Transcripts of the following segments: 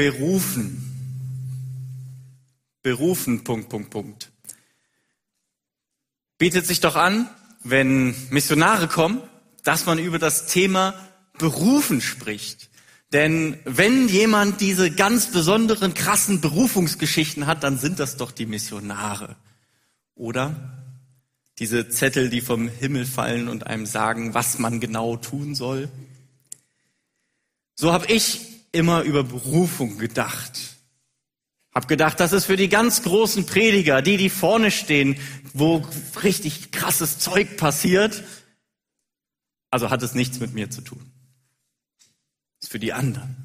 berufen. Berufen, .. Bietet sich doch an, wenn Missionare kommen, dass man über das Thema Berufen spricht. Denn wenn jemand diese ganz besonderen, krassen Berufungsgeschichten hat, dann sind das doch die Missionare. Oder diese Zettel, die vom Himmel fallen und einem sagen, was man genau tun soll. So habe ich immer über Berufung gedacht. Hab gedacht, das ist für die ganz großen Prediger, die vorne stehen, wo richtig krasses Zeug passiert. Also hat es nichts mit mir zu tun. Ist für die anderen.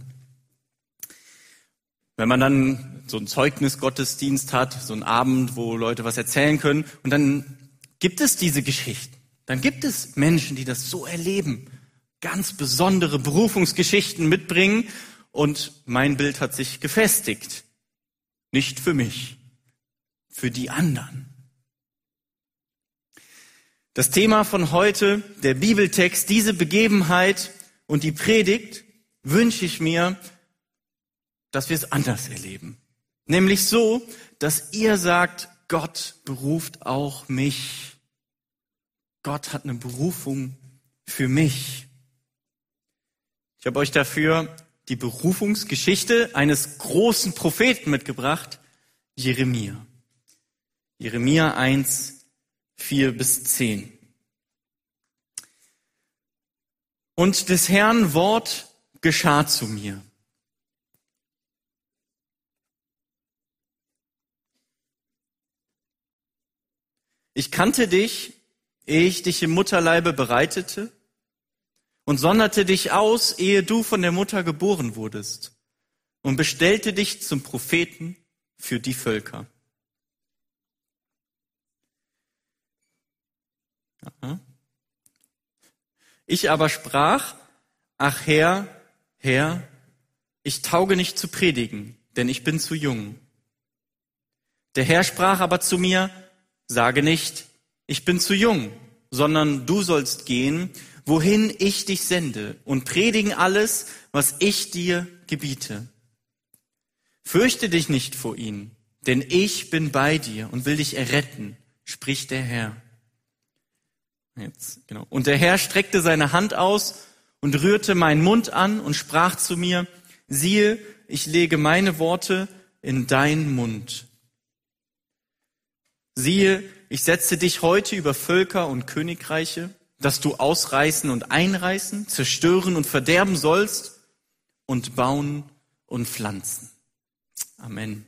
Wenn man dann so einen Zeugnisgottesdienst hat, so einen Abend, wo Leute was erzählen können, und dann gibt es diese Geschichten. Dann gibt es Menschen, die das so erleben, ganz besondere Berufungsgeschichten mitbringen, und mein Bild hat sich gefestigt. Nicht für mich, für die anderen. Das Thema von heute, der Bibeltext, diese Begebenheit und die Predigt, wünsche ich mir, dass wir es anders erleben. Nämlich so, dass ihr sagt, Gott beruft auch mich. Gott hat eine Berufung für mich. Ich habe euch dafür die Berufungsgeschichte eines großen Propheten mitgebracht, Jeremia. Jeremia 1, 4-10. Und des Herrn Wort geschah zu mir. Ich kannte dich, ehe ich dich im Mutterleibe bereitete, und sonderte dich aus, ehe du von der Mutter geboren wurdest, und bestellte dich zum Propheten für die Völker. Ich aber sprach, ach Herr, Herr, ich tauge nicht zu predigen, denn ich bin zu jung. Der Herr sprach aber zu mir, sage nicht, ich bin zu jung, sondern du sollst gehen, wohin ich dich sende, und predigen alles, was ich dir gebiete. Fürchte dich nicht vor ihnen, denn ich bin bei dir und will dich erretten, spricht der Herr. Und der Herr streckte seine Hand aus und rührte meinen Mund an und sprach zu mir, siehe, ich lege meine Worte in deinen Mund. Siehe, ich setze dich heute über Völker und Königreiche, dass du ausreißen und einreißen, zerstören und verderben sollst und bauen und pflanzen. Amen.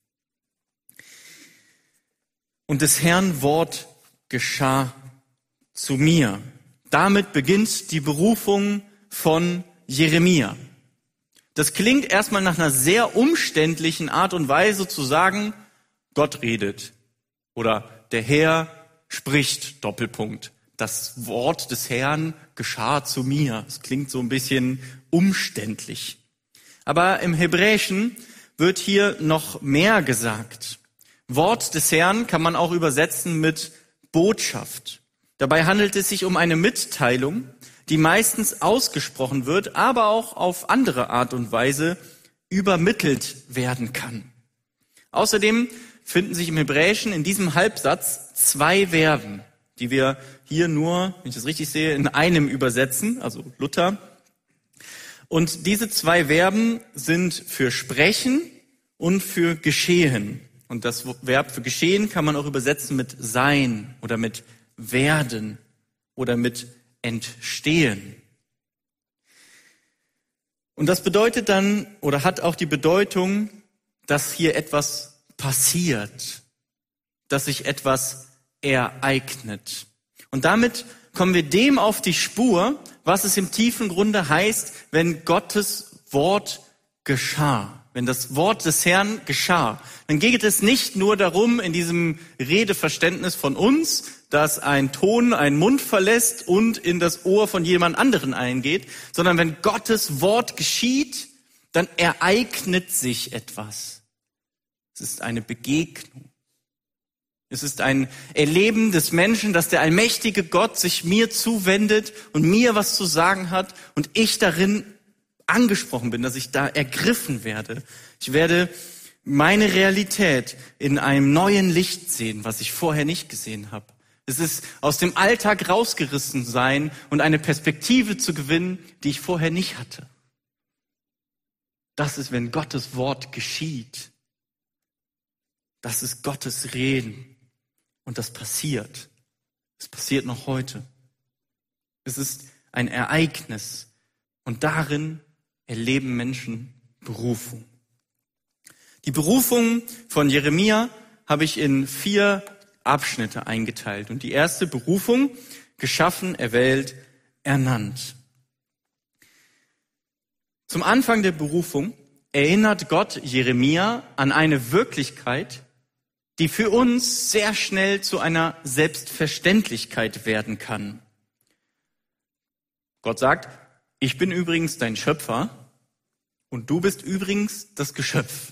Und des Herrn Wort geschah zu mir. Damit beginnt die Berufung von Jeremia. Das klingt erstmal nach einer sehr umständlichen Art und Weise zu sagen, Gott redet oder der Herr spricht, Doppelpunkt. Das Wort des Herrn geschah zu mir. Das klingt so ein bisschen umständlich. Aber im Hebräischen wird hier noch mehr gesagt. Wort des Herrn kann man auch übersetzen mit Botschaft. Dabei handelt es sich um eine Mitteilung, die meistens ausgesprochen wird, aber auch auf andere Art und Weise übermittelt werden kann. Außerdem finden sich im Hebräischen in diesem Halbsatz 2 Verben, die wir hier nur, wenn ich das richtig sehe, in einem übersetzen, also Luther. Und diese 2 Verben sind für sprechen und für geschehen. Und das Verb für geschehen kann man auch übersetzen mit sein oder mit werden oder mit entstehen. Und das bedeutet dann oder hat auch die Bedeutung, dass hier etwas passiert, dass sich etwas ereignet. Und damit kommen wir dem auf die Spur, was es im tiefen Grunde heißt, wenn Gottes Wort geschah. Wenn das Wort des Herrn geschah, dann geht es nicht nur darum, in diesem Redeverständnis von uns, dass ein Ton einen Mund verlässt und in das Ohr von jemand anderen eingeht, sondern wenn Gottes Wort geschieht, dann ereignet sich etwas. Es ist eine Begegnung. Es ist ein Erleben des Menschen, dass der allmächtige Gott sich mir zuwendet und mir was zu sagen hat und ich darin angesprochen bin, dass ich da ergriffen werde. Ich werde meine Realität in einem neuen Licht sehen, was ich vorher nicht gesehen habe. Es ist aus dem Alltag rausgerissen sein und eine Perspektive zu gewinnen, die ich vorher nicht hatte. Das ist, wenn Gottes Wort geschieht. Das ist Gottes Reden. Und das passiert. Es passiert noch heute. Es ist ein Ereignis. Und darin erleben Menschen Berufung. Die Berufung von Jeremia habe ich in 4 Abschnitte eingeteilt. Und die erste Berufung, geschaffen, erwählt, ernannt. Zum Anfang der Berufung erinnert Gott Jeremia an eine Wirklichkeit, die für uns sehr schnell zu einer Selbstverständlichkeit werden kann. Gott sagt, ich bin übrigens dein Schöpfer und du bist übrigens das Geschöpf.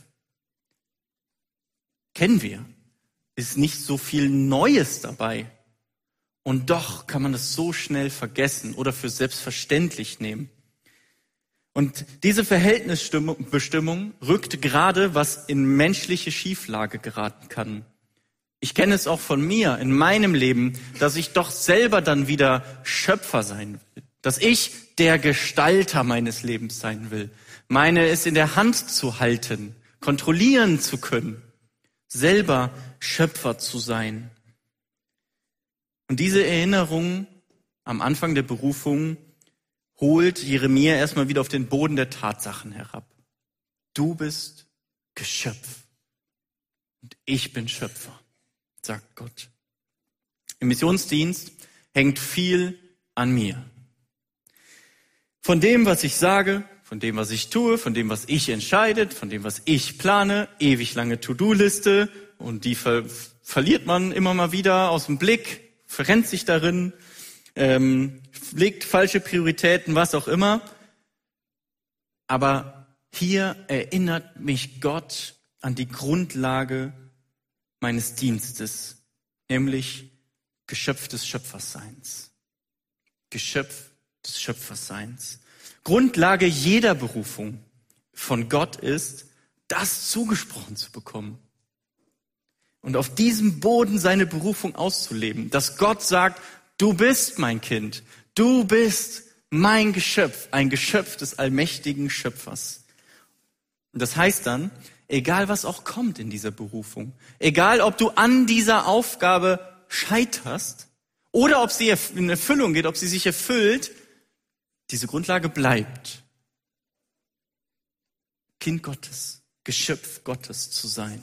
Kennen wir. Ist nicht so viel Neues dabei. Und doch kann man es so schnell vergessen oder für selbstverständlich nehmen. Und diese Verhältnisbestimmung rückt gerade, was in menschliche Schieflage geraten kann. Ich kenne es auch von mir in meinem Leben, dass ich doch selber dann wieder Schöpfer sein will. Dass ich der Gestalter meines Lebens sein will. Meine es in der Hand zu halten, kontrollieren zu können. Selber Schöpfer zu sein. Und diese Erinnerung am Anfang der Berufung holt Jeremia erstmal wieder auf den Boden der Tatsachen herab. Du bist Geschöpf und ich bin Schöpfer, sagt Gott. Im Missionsdienst hängt viel an mir. Von dem, was ich sage, von dem, was ich tue, von dem, was ich entscheide, von dem, was ich plane, ewig lange To-Do-Liste und die verliert man immer mal wieder aus dem Blick, verrennt sich darin, legt falsche Prioritäten, was auch immer. Aber hier erinnert mich Gott an die Grundlage meines Dienstes, nämlich Geschöpf des Schöpferseins. Geschöpf des Schöpferseins. Grundlage jeder Berufung von Gott ist, das zugesprochen zu bekommen. Und auf diesem Boden seine Berufung auszuleben. Dass Gott sagt, du bist mein Kind. Du bist mein Geschöpf, ein Geschöpf des allmächtigen Schöpfers. Und das heißt dann, egal was auch kommt in dieser Berufung, egal ob du an dieser Aufgabe scheiterst oder ob sie in Erfüllung geht, ob sie sich erfüllt, diese Grundlage bleibt. Kind Gottes, Geschöpf Gottes zu sein.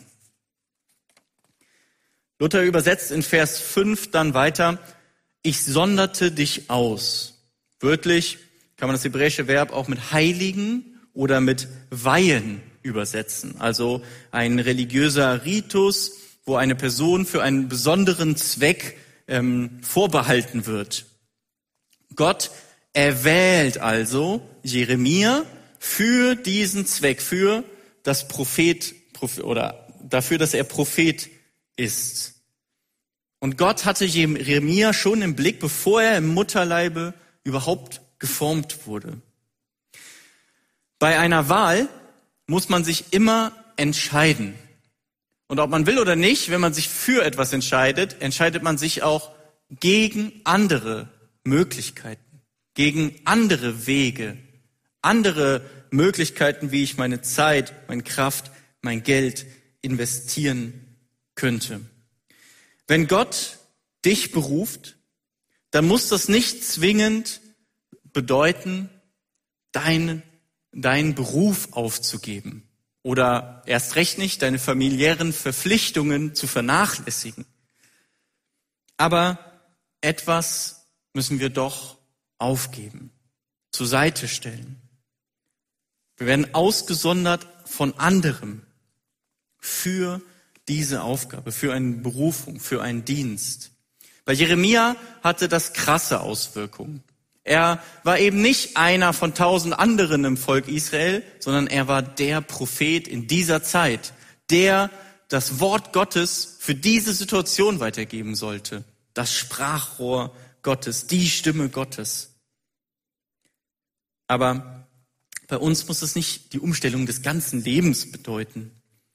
Luther übersetzt in Vers 5 dann weiter, ich sonderte dich aus. Wörtlich kann man das hebräische Verb auch mit heiligen oder mit weihen übersetzen. Also ein religiöser Ritus, wo eine Person für einen besonderen Zweck vorbehalten wird. Gott erwählt also Jeremia für diesen Zweck, für das oder dafür, dass er Prophet ist. Und Gott hatte Jeremia schon im Blick, bevor er im Mutterleibe überhaupt geformt wurde. Bei einer Wahl muss man sich immer entscheiden. Und ob man will oder nicht, wenn man sich für etwas entscheidet, entscheidet man sich auch gegen andere Möglichkeiten, gegen andere Wege, andere Möglichkeiten, wie ich meine Zeit, meine Kraft, mein Geld investieren könnte. Wenn Gott dich beruft, dann muss das nicht zwingend bedeuten, deinen Beruf aufzugeben oder erst recht nicht deine familiären Verpflichtungen zu vernachlässigen. Aber etwas müssen wir doch aufgeben, zur Seite stellen. Wir werden ausgesondert von anderem für diese Aufgabe, für eine Berufung, für einen Dienst. Bei Jeremia hatte das krasse Auswirkungen. Er war eben nicht einer von 1000 anderen im Volk Israel, sondern er war der Prophet in dieser Zeit, der das Wort Gottes für diese Situation weitergeben sollte. Das Sprachrohr Gottes, die Stimme Gottes. Aber Bei uns muss es nicht die Umstellung des ganzen Lebens bedeuten.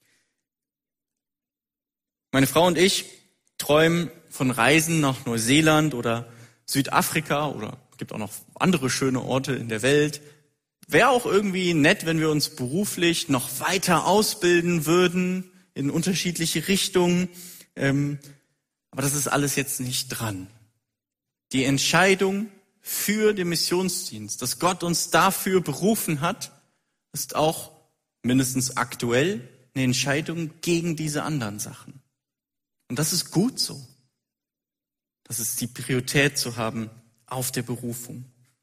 Meine Frau und ich träumen von Reisen nach Neuseeland oder Südafrika oder es gibt auch noch andere schöne Orte in der Welt. Wäre auch irgendwie nett, wenn wir uns beruflich noch weiter ausbilden würden in unterschiedliche Richtungen. Aber das ist alles jetzt nicht dran. Die Entscheidung für den Missionsdienst, dass Gott uns dafür berufen hat, ist auch mindestens aktuell eine Entscheidung gegen diese anderen Sachen. Und das ist gut so. Das ist die Priorität zu haben auf der Berufung.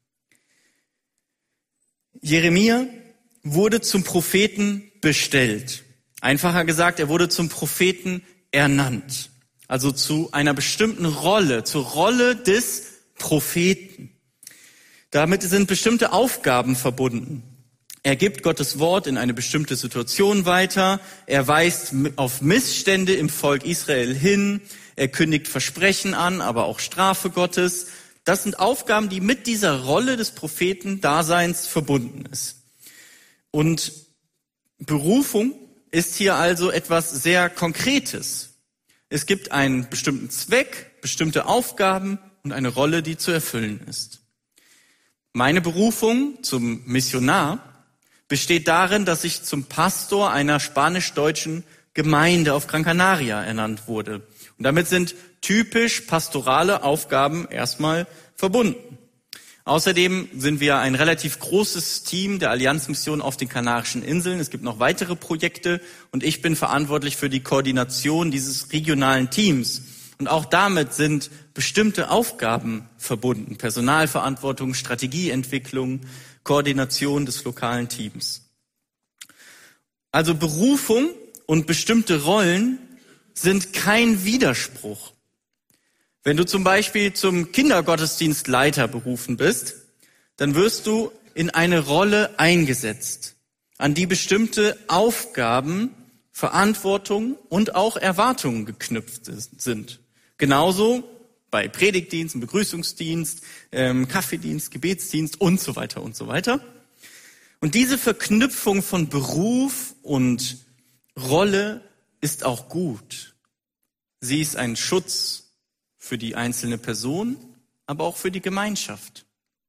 Jeremia wurde zum Propheten bestellt. Einfacher gesagt, er wurde zum Propheten ernannt. Also zu einer bestimmten Rolle, zur Rolle des Propheten. Damit sind bestimmte Aufgaben verbunden. Er gibt Gottes Wort in eine bestimmte Situation weiter. Er weist auf Missstände im Volk Israel hin. Er kündigt Versprechen an, aber auch Strafe Gottes. Das sind Aufgaben, die mit dieser Rolle des Propheten-Daseins verbunden ist. Und Berufung ist hier also etwas sehr Konkretes. Es gibt einen bestimmten Zweck, bestimmte Aufgaben und eine Rolle, die zu erfüllen ist. Meine Berufung zum Missionar besteht darin, dass ich zum Pastor einer spanisch-deutschen Gemeinde auf Gran Canaria ernannt wurde. Und damit sind typisch pastorale Aufgaben erstmal verbunden. Außerdem sind wir ein relativ großes Team der Allianzmission auf den Kanarischen Inseln. Es gibt noch weitere Projekte und ich bin verantwortlich für die Koordination dieses regionalen Teams. Und auch damit sind bestimmte Aufgaben verbunden. Personalverantwortung, Strategieentwicklung, Koordination des lokalen Teams. Also Berufung und bestimmte Rollen sind kein Widerspruch. Wenn du zum Beispiel zum Kindergottesdienstleiter berufen bist, dann wirst du in eine Rolle eingesetzt, an die bestimmte Aufgaben, Verantwortung und auch Erwartungen geknüpft sind. Genauso bei Predigtdienst, Begrüßungsdienst, Kaffeedienst, Gebetsdienst und so weiter und so weiter. Und diese Verknüpfung von Beruf und Rolle ist auch gut. Sie ist ein Schutz für die einzelne Person, aber auch für die Gemeinschaft.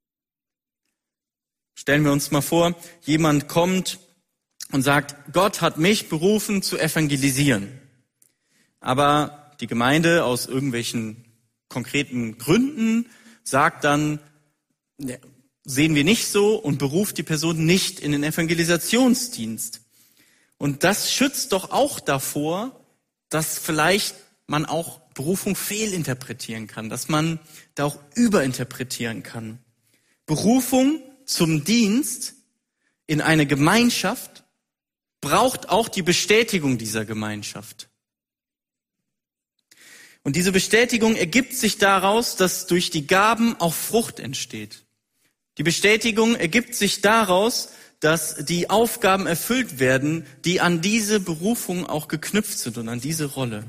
Stellen wir uns mal vor, jemand kommt und sagt, Gott hat mich berufen zu evangelisieren. Aber die Gemeinde aus irgendwelchen konkreten Gründen sagt dann, sehen wir nicht so und beruft die Person nicht in den Evangelisationsdienst. Und das schützt doch auch davor, dass vielleicht man auch Berufung fehlinterpretieren kann, dass man da auch überinterpretieren kann. Berufung zum Dienst in eine Gemeinschaft braucht auch die Bestätigung dieser Gemeinschaft. Und diese Bestätigung ergibt sich daraus, dass durch die Gaben auch Frucht entsteht. Die Bestätigung ergibt sich daraus, dass die Aufgaben erfüllt werden, die an diese Berufung auch geknüpft sind und an diese Rolle.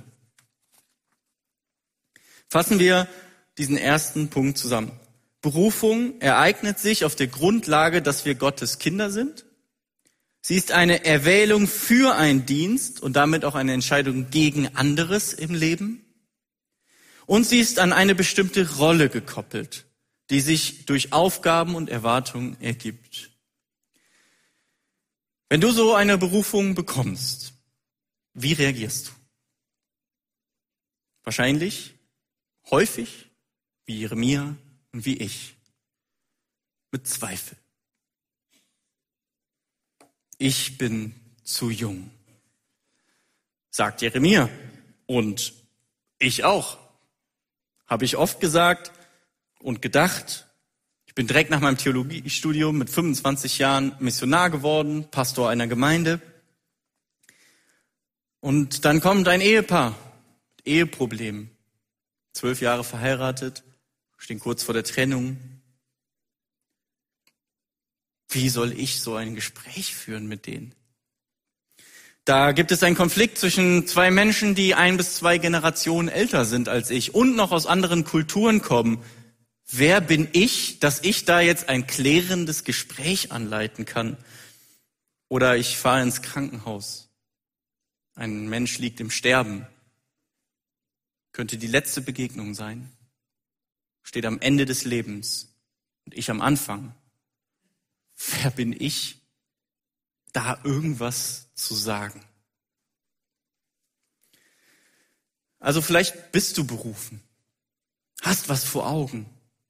Fassen wir diesen ersten Punkt zusammen. Berufung ereignet sich auf der Grundlage, dass wir Gottes Kinder sind. Sie ist eine Erwählung für einen Dienst und damit auch eine Entscheidung gegen anderes im Leben. Und sie ist an eine bestimmte Rolle gekoppelt, die sich durch Aufgaben und Erwartungen ergibt. Wenn du so eine Berufung bekommst, wie reagierst du? Wahrscheinlich, häufig, wie Jeremia und wie ich, mit Zweifel. Ich bin zu jung, sagt Jeremia. Und ich auch. Habe ich oft gesagt und gedacht. Ich bin direkt nach meinem Theologiestudium mit 25 Jahren Missionar geworden, Pastor einer Gemeinde. Und dann kommt ein Ehepaar mit Eheproblemen. 12 Jahre verheiratet, stehen kurz vor der Trennung. Wie soll ich so ein Gespräch führen mit denen? Da gibt es einen Konflikt zwischen zwei Menschen, die 1 bis 2 Generationen älter sind als ich und noch aus anderen Kulturen kommen. Wer bin ich, dass ich da jetzt ein klärendes Gespräch anleiten kann? Oder ich fahre ins Krankenhaus. Ein Mensch liegt im Sterben. Könnte die letzte Begegnung sein. Steht am Ende des Lebens und ich am Anfang. Wer bin ich, da irgendwas zu sagen? Also vielleicht bist du berufen, hast was vor Augen,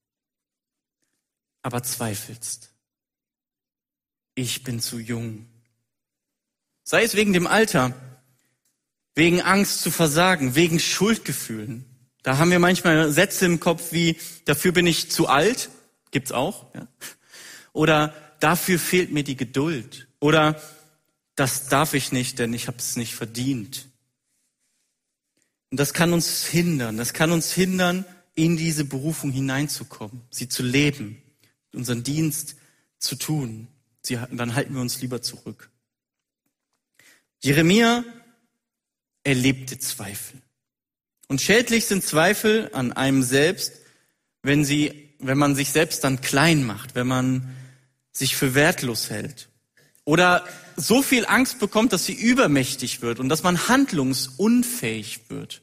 aber zweifelst. Ich bin zu jung. Sei es wegen dem Alter, wegen Angst zu versagen, wegen Schuldgefühlen. Da haben wir manchmal Sätze im Kopf wie, dafür bin ich zu alt, gibt's auch. Ja? Oder dafür fehlt mir die Geduld. Oder das darf ich nicht, denn ich habe es nicht verdient. Und das kann uns hindern, in diese Berufung hineinzukommen, sie zu leben, unseren Dienst zu tun. Dann halten wir uns lieber zurück. Jeremia erlebte Zweifel. Und schädlich sind Zweifel an einem selbst, wenn man sich selbst dann klein macht, wenn man sich für wertlos hält. Oder so viel Angst bekommt, dass sie übermächtig wird und dass man handlungsunfähig wird.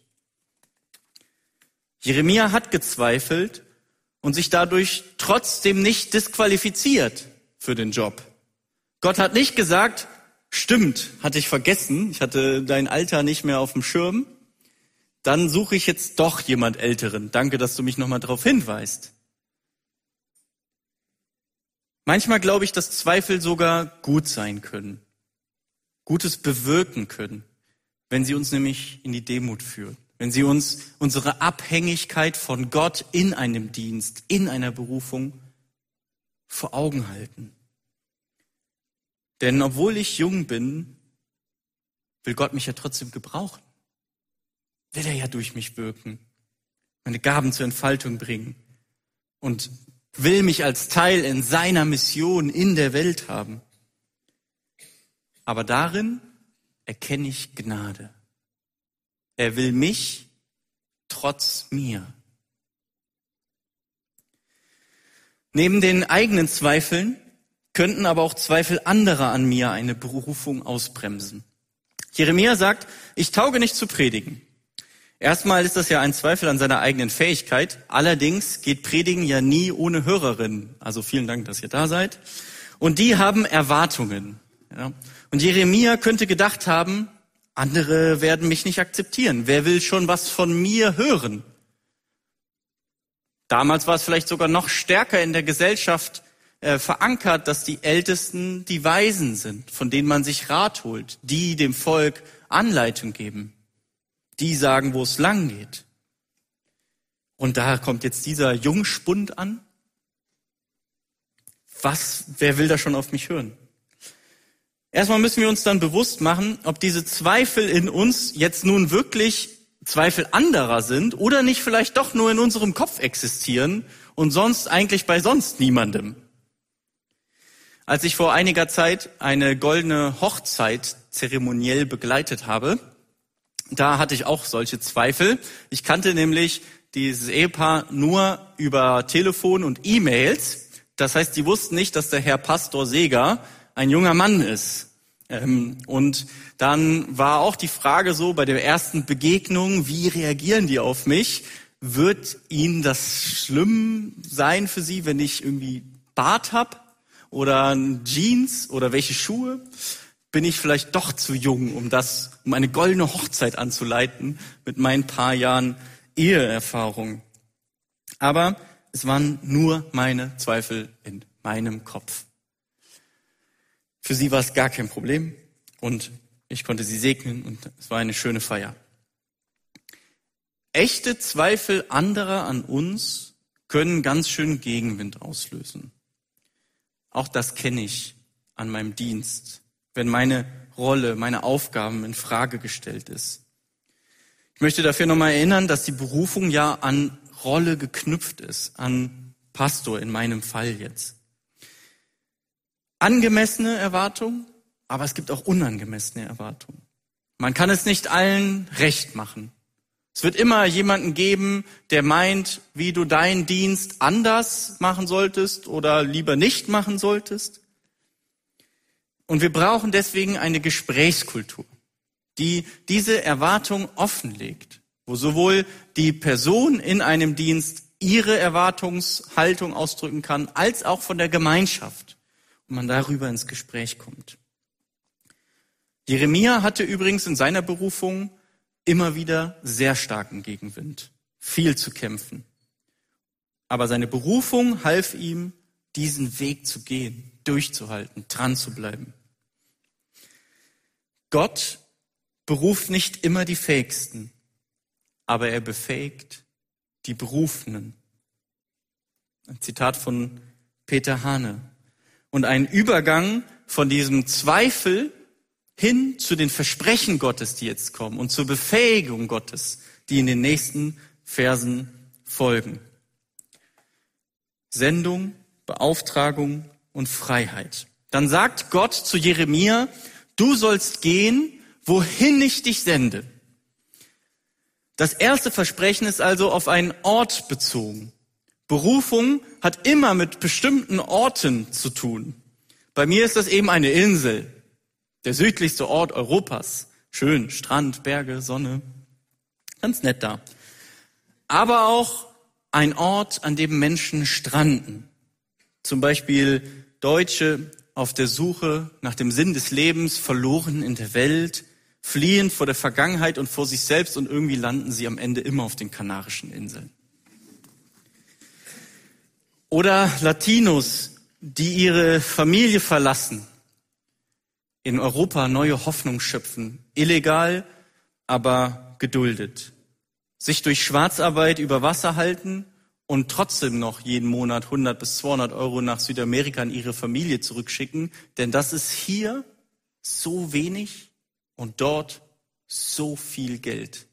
Jeremia hat gezweifelt und sich dadurch trotzdem nicht disqualifiziert für den Job. Gott hat nicht gesagt, stimmt, hatte ich vergessen, ich hatte dein Alter nicht mehr auf dem Schirm, dann suche ich jetzt doch jemand Älteren. Danke, dass du mich nochmal darauf hinweist. Manchmal glaube ich, dass Zweifel sogar gut sein können, Gutes bewirken können, wenn sie uns nämlich in die Demut führen, wenn sie uns unsere Abhängigkeit von Gott in einem Dienst, in einer Berufung vor Augen halten. Denn obwohl ich jung bin, will Gott mich ja trotzdem gebrauchen. Will er ja durch mich wirken, meine Gaben zur Entfaltung bringen und will mich als Teil in seiner Mission in der Welt haben. Aber darin erkenne ich Gnade. Er will mich trotz mir. Neben den eigenen Zweifeln könnten aber auch Zweifel anderer an mir eine Berufung ausbremsen. Jeremia sagt, ich tauge nicht zu predigen. Erstmal ist das ja ein Zweifel an seiner eigenen Fähigkeit. Allerdings geht Predigen ja nie ohne Hörerinnen. Also vielen Dank, dass ihr da seid. Und die haben Erwartungen. Ja. Und Jeremia könnte gedacht haben, andere werden mich nicht akzeptieren. Wer will schon was von mir hören? Damals war es vielleicht sogar noch stärker in der Gesellschaft verankert, dass die Ältesten die Weisen sind, von denen man sich Rat holt, die dem Volk Anleitung geben. Die sagen, wo es lang geht. Und da kommt jetzt dieser Jungspund an. Wer will da schon auf mich hören? Erstmal müssen wir uns dann bewusst machen, ob diese Zweifel in uns jetzt nun wirklich Zweifel anderer sind oder nicht vielleicht doch nur in unserem Kopf existieren und sonst eigentlich bei sonst niemandem. Als ich vor einiger Zeit eine goldene Hochzeit zeremoniell begleitet habe, da hatte ich auch solche Zweifel. Ich kannte nämlich dieses Ehepaar nur über Telefon und E-Mails. Das heißt, die wussten nicht, dass der Herr Pastor Seeger ein junger Mann ist. Und dann war auch die Frage so bei der ersten Begegnung, wie reagieren die auf mich? Wird ihnen das schlimm sein für sie, wenn ich irgendwie Bart hab oder Jeans oder welche Schuhe? Bin ich vielleicht doch zu jung, um eine goldene Hochzeit anzuleiten mit meinen paar Jahren Eheerfahrung. Aber es waren nur meine Zweifel in meinem Kopf. Für sie war es gar kein Problem und ich konnte sie segnen und es war eine schöne Feier. Echte Zweifel anderer an uns können ganz schön Gegenwind auslösen. Auch das kenne ich an meinem Dienst, wenn meine Rolle, meine Aufgaben in Frage gestellt ist. Ich möchte dafür nochmal erinnern, dass die Berufung ja an Rolle geknüpft ist, an Pastor in meinem Fall jetzt. Angemessene Erwartungen, aber es gibt auch unangemessene Erwartungen. Man kann es nicht allen recht machen. Es wird immer jemanden geben, der meint, wie du deinen Dienst anders machen solltest oder lieber nicht machen solltest. Und wir brauchen deswegen eine Gesprächskultur, die diese Erwartung offenlegt, wo sowohl die Person in einem Dienst ihre Erwartungshaltung ausdrücken kann, als auch von der Gemeinschaft und man darüber ins Gespräch kommt. Jeremia hatte übrigens in seiner Berufung immer wieder sehr starken Gegenwind, viel zu kämpfen. Aber seine Berufung half ihm, diesen Weg zu gehen, durchzuhalten, dran zu bleiben. Gott beruft nicht immer die Fähigsten, aber er befähigt die Berufenen. Ein Zitat von Peter Hane. Und ein Übergang von diesem Zweifel hin zu den Versprechen Gottes, die jetzt kommen, und zur Befähigung Gottes, die in den nächsten Versen folgen. Sendung, Beauftragung und Freiheit. Dann sagt Gott zu Jeremia, du sollst gehen, wohin ich dich sende. Das erste Versprechen ist also auf einen Ort bezogen. Berufung hat immer mit bestimmten Orten zu tun. Bei mir ist das eben eine Insel, der südlichste Ort Europas. Schön, Strand, Berge, Sonne, ganz nett da. Aber auch ein Ort, an dem Menschen stranden. Zum Beispiel Deutsche auf der Suche nach dem Sinn des Lebens, verloren in der Welt, fliehen vor der Vergangenheit und vor sich selbst und irgendwie landen sie am Ende immer auf den Kanarischen Inseln. Oder Latinos, die ihre Familie verlassen, in Europa neue Hoffnung schöpfen, illegal, aber geduldet, sich durch Schwarzarbeit über Wasser halten und trotzdem noch jeden Monat 100 bis 200 Euro nach Südamerika an ihre Familie zurückschicken, denn das ist hier so wenig und dort so viel Geld.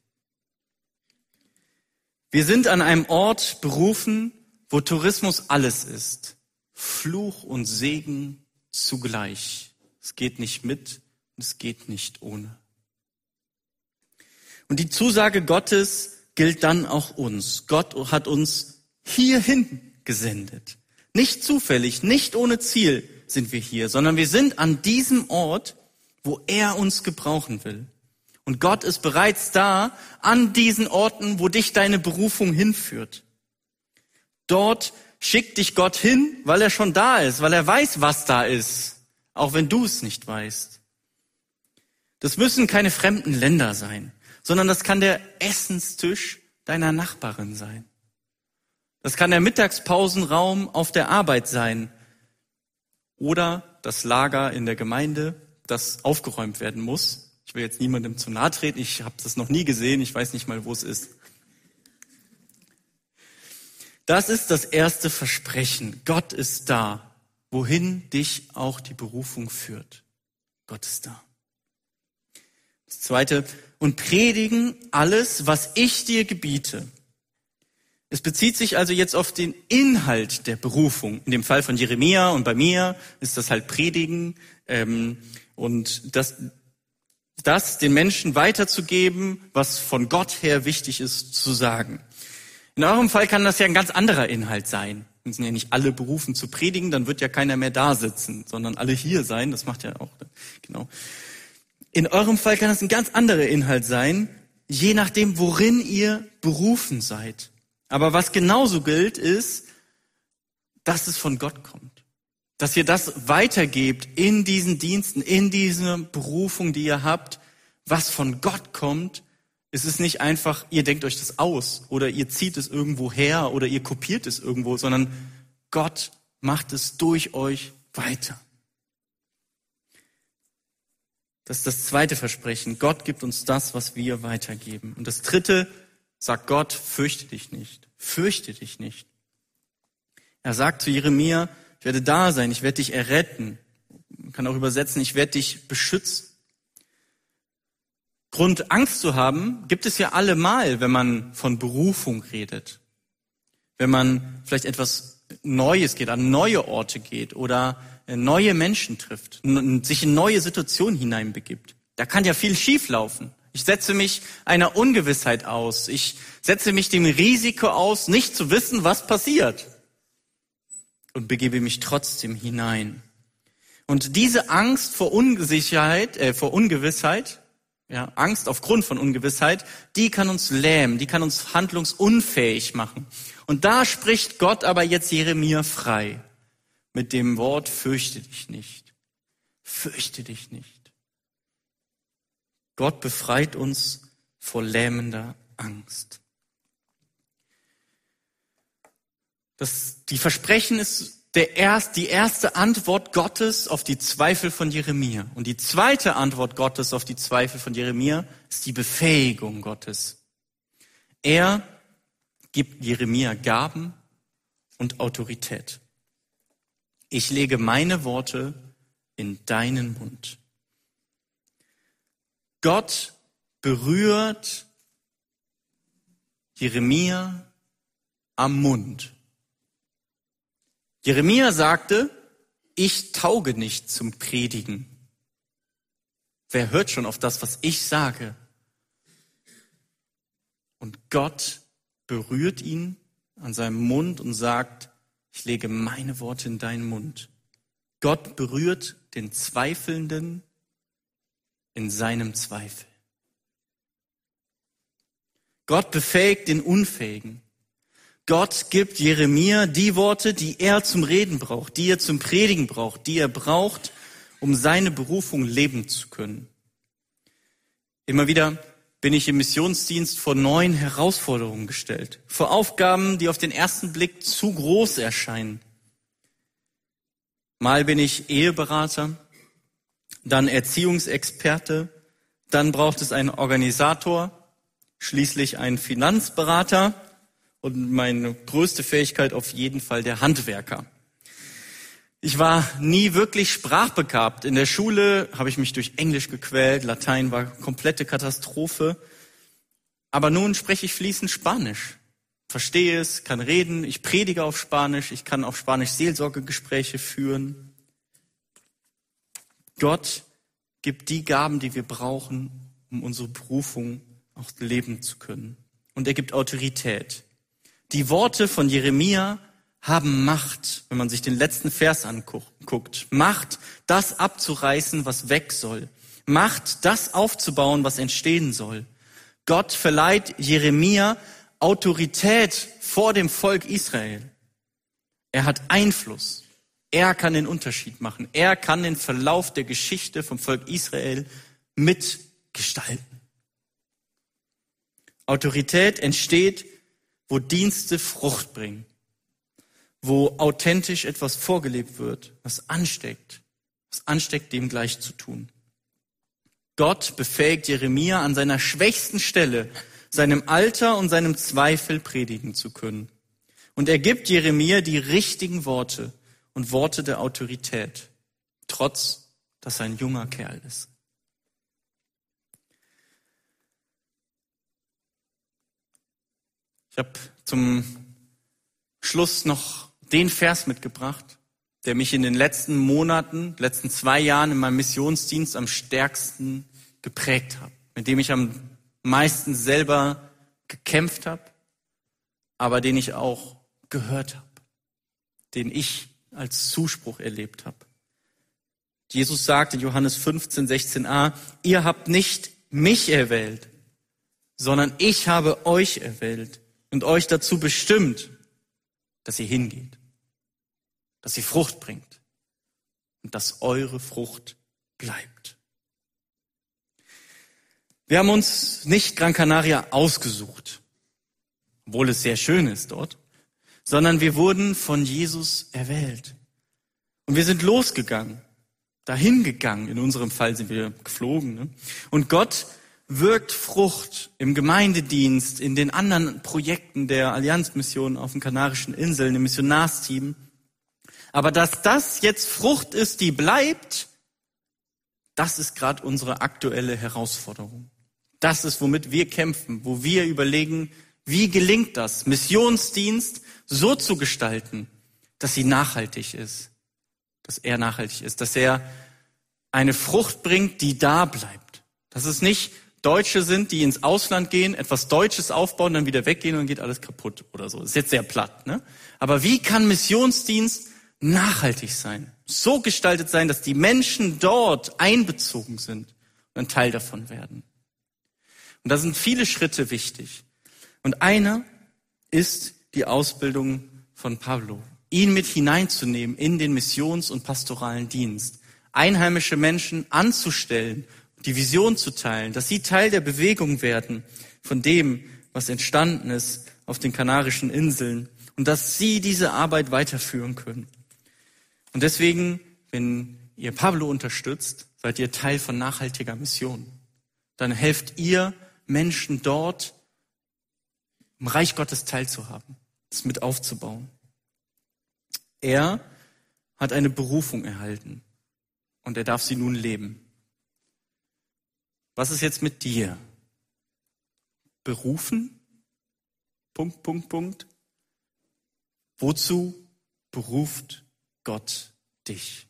Wir sind an einem Ort berufen, wo Tourismus alles ist. Fluch und Segen zugleich. Es geht nicht mit, es geht nicht ohne. Und die Zusage Gottes gilt dann auch uns. Gott hat uns hierhin gesendet. Nicht zufällig, nicht ohne Ziel sind wir hier, sondern wir sind an diesem Ort, wo er uns gebrauchen will. Und Gott ist bereits da, an diesen Orten, wo dich deine Berufung hinführt. Dort schickt dich Gott hin, weil er schon da ist, weil er weiß, was da ist, auch wenn du es nicht weißt. Das müssen keine fremden Länder sein, sondern das kann der Essenstisch deiner Nachbarin sein. Das kann der Mittagspausenraum auf der Arbeit sein oder das Lager in der Gemeinde, das aufgeräumt werden muss. Ich will jetzt niemandem zu nahe treten, ich habe das noch nie gesehen, ich weiß nicht mal, wo es ist. Das ist das erste Versprechen. Gott ist da, wohin dich auch die Berufung führt. Gott ist da. Das zweite, und predigen alles, was ich dir gebiete. Es bezieht sich also jetzt auf den Inhalt der Berufung. In dem Fall von Jeremia und bei mir ist das halt Predigen und das den Menschen weiterzugeben, was von Gott her wichtig ist zu sagen. In eurem Fall kann das ja ein ganz anderer Inhalt sein. Wir sind ja nicht alle berufen zu predigen, dann wird ja keiner mehr da sitzen, sondern alle hier sein. Das macht ja auch, genau. In eurem Fall kann das ein ganz anderer Inhalt sein, je nachdem, worin ihr berufen seid. Aber was genauso gilt, ist, dass es von Gott kommt. Dass ihr das weitergebt in diesen Diensten, in dieser Berufung, die ihr habt, was von Gott kommt. Es ist nicht einfach, ihr denkt euch das aus oder ihr zieht es irgendwo her oder ihr kopiert es irgendwo, sondern Gott macht es durch euch weiter. Das ist das zweite Versprechen. Gott gibt uns das, was wir weitergeben. Und das dritte, sagt Gott, fürchte dich nicht. Fürchte dich nicht. Er sagt zu Jeremia, ich werde da sein, ich werde dich erretten. Man kann auch übersetzen, ich werde dich beschützen. Grund, Angst zu haben, gibt es ja allemal, wenn man von Berufung redet. Wenn man vielleicht etwas Neues geht, an neue Orte geht oder neue Menschen trifft, sich in neue Situationen hineinbegibt. Da kann ja viel schieflaufen. Ich setze mich einer Ungewissheit aus. Ich setze mich dem Risiko aus, nicht zu wissen, was passiert. Und begebe mich trotzdem hinein. Und diese Angst vor Ungewissheit, ja, Angst aufgrund von Ungewissheit, die kann uns lähmen, die kann uns handlungsunfähig machen. Und da spricht Gott aber jetzt Jeremia frei mit dem Wort, fürchte dich nicht. Fürchte dich nicht. Gott befreit uns vor lähmender Angst. Die Versprechen ist die erste Antwort Gottes auf die Zweifel von Jeremia. Und die zweite Antwort Gottes auf die Zweifel von Jeremia ist die Befähigung Gottes. Er gibt Jeremia Gaben und Autorität. Ich lege meine Worte in deinen Mund. Gott berührt Jeremia am Mund. Jeremia sagte, ich tauge nicht zum Predigen. Wer hört schon auf das, was ich sage? Und Gott berührt ihn an seinem Mund und sagt, ich lege meine Worte in deinen Mund. Gott berührt den Zweifelnden in seinem Zweifel. Gott befähigt den Unfähigen. Gott gibt Jeremia die Worte, die er zum Reden braucht, die er zum Predigen braucht, die er braucht, um seine Berufung leben zu können. Immer wieder bin ich im Missionsdienst vor neuen Herausforderungen gestellt, vor Aufgaben, die auf den ersten Blick zu groß erscheinen. Mal bin ich Eheberater, dann Erziehungsexperte, dann braucht es einen Organisator, schließlich einen Finanzberater und meine größte Fähigkeit auf jeden Fall der Handwerker. Ich war nie wirklich sprachbegabt. In der Schule habe ich mich durch Englisch gequält, Latein war komplette Katastrophe. Aber nun spreche ich fließend Spanisch. Verstehe es, kann reden, ich predige auf Spanisch, ich kann auf Spanisch Seelsorgegespräche führen. Gott gibt die Gaben, die wir brauchen, um unsere Berufung auch leben zu können. Und er gibt Autorität. Die Worte von Jeremia haben Macht, wenn man sich den letzten Vers anguckt. Macht, das abzureißen, was weg soll. Macht, das aufzubauen, was entstehen soll. Gott verleiht Jeremia Autorität vor dem Volk Israel. Er hat Einfluss. Er kann den Unterschied machen. Er kann den Verlauf der Geschichte vom Volk Israel mitgestalten. Autorität entsteht, wo Dienste Frucht bringen, wo authentisch etwas vorgelebt wird, was ansteckt, dem gleich zu tun. Gott befähigt Jeremia an seiner schwächsten Stelle, seinem Alter und seinem Zweifel predigen zu können. Und er gibt Jeremia die richtigen Worte und Worte der Autorität, trotz dass er ein junger Kerl ist. Ich habe zum Schluss noch den Vers mitgebracht, der mich in den letzten Monaten, letzten 2 Jahren in meinem Missionsdienst am stärksten geprägt hat, mit dem ich am meisten selber gekämpft habe, aber den ich auch gehört habe, den ich als Zuspruch erlebt habe. Jesus sagt in Johannes 15, 16a, ihr habt nicht mich erwählt, sondern ich habe euch erwählt und euch dazu bestimmt, dass ihr hingeht, dass ihr Frucht bringt und dass eure Frucht bleibt. Wir haben uns nicht Gran Canaria ausgesucht, obwohl es sehr schön ist dort, sondern wir wurden von Jesus erwählt. Und wir sind losgegangen, dahin gegangen. In unserem Fall sind wir geflogen. Ne? Und Gott wirkt Frucht im Gemeindedienst, in den anderen Projekten der Allianzmission auf den Kanarischen Inseln, im Missionarsteam. Aber dass das jetzt Frucht ist, die bleibt, das ist gerade unsere aktuelle Herausforderung. Das ist, womit wir kämpfen, wo wir überlegen, wie gelingt das, Missionsdienst so zu gestalten, dass sie nachhaltig ist, dass er nachhaltig ist, dass er eine Frucht bringt, die da bleibt. Dass es nicht Deutsche sind, die ins Ausland gehen, etwas Deutsches aufbauen, dann wieder weggehen und dann geht alles kaputt oder so. Das ist jetzt sehr platt, ne? Aber wie kann Missionsdienst nachhaltig sein? So gestaltet sein, dass die Menschen dort einbezogen sind und ein Teil davon werden. Und da sind viele Schritte wichtig. Und einer ist die Ausbildung von Pablo. Ihn mit hineinzunehmen in den Missions- und pastoralen Dienst. Einheimische Menschen anzustellen, die Vision zu teilen, dass sie Teil der Bewegung werden von dem, was entstanden ist auf den Kanarischen Inseln und dass sie diese Arbeit weiterführen können. Und deswegen, wenn ihr Pablo unterstützt, seid ihr Teil von nachhaltiger Mission. Dann helft ihr Menschen dort, im Reich Gottes teilzuhaben, es mit aufzubauen. Er hat eine Berufung erhalten und er darf sie nun leben. Was ist jetzt mit dir? Berufen? ... Wozu beruft Gott dich?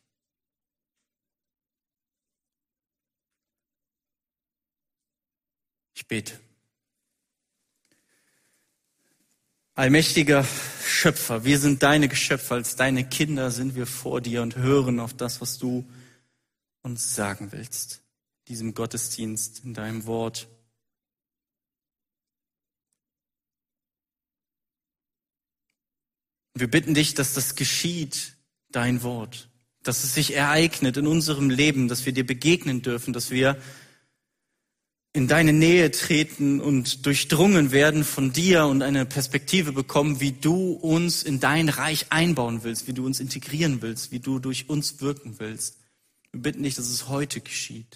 Ich bete. Allmächtiger Schöpfer, wir sind deine Geschöpfe, als deine Kinder sind wir vor dir und hören auf das, was du uns sagen willst. Diesem Gottesdienst, in deinem Wort. Wir bitten dich, dass das geschieht, dein Wort, dass es sich ereignet in unserem Leben, dass wir dir begegnen dürfen, dass wir in deine Nähe treten und durchdrungen werden von dir und eine Perspektive bekommen, wie du uns in dein Reich einbauen willst, wie du uns integrieren willst, wie du durch uns wirken willst. Wir bitten dich, dass es heute geschieht.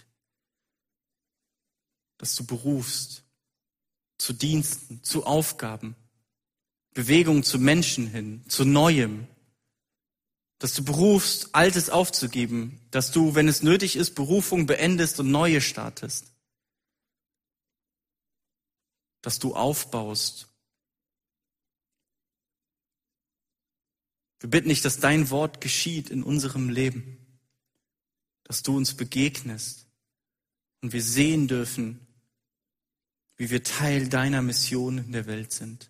Dass du berufst zu Diensten, zu Aufgaben, Bewegung zu Menschen hin, zu Neuem. Dass du berufst, Altes aufzugeben, dass du, wenn es nötig ist, Berufung beendest und Neue startest. Dass du aufbaust. Wir bitten dich, dass dein Wort geschieht in unserem Leben. Dass du uns begegnest und wir sehen dürfen, wie wir Teil deiner Mission in der Welt sind.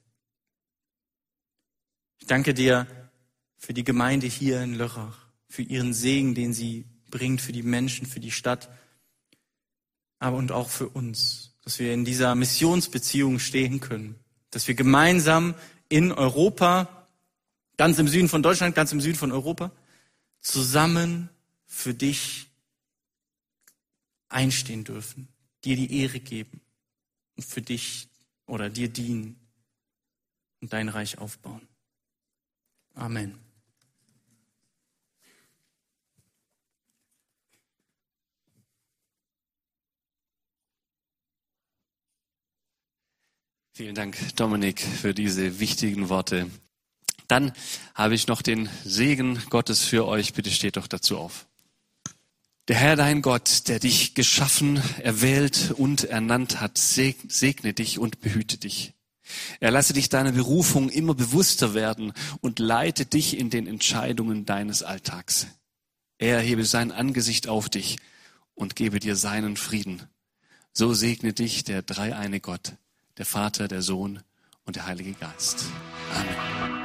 Ich danke dir für die Gemeinde hier in Lörrach, für ihren Segen, den sie bringt, für die Menschen, für die Stadt, aber und auch für uns, dass wir in dieser Missionsbeziehung stehen können, dass wir gemeinsam in Europa, ganz im Süden von Deutschland, ganz im Süden von Europa, zusammen für dich einstehen dürfen, dir die Ehre geben und für dich oder dir dienen und dein Reich aufbauen. Amen. Vielen Dank, Dominik, für diese wichtigen Worte. Dann habe ich noch den Segen Gottes für euch. Bitte steht doch dazu auf. Der Herr, dein Gott, der dich geschaffen, erwählt und ernannt hat, segne dich und behüte dich. Er lasse dich deiner Berufung immer bewusster werden und leite dich in den Entscheidungen deines Alltags. Er hebe sein Angesicht auf dich und gebe dir seinen Frieden. So segne dich der dreieine Gott, der Vater, der Sohn und der Heilige Geist. Amen.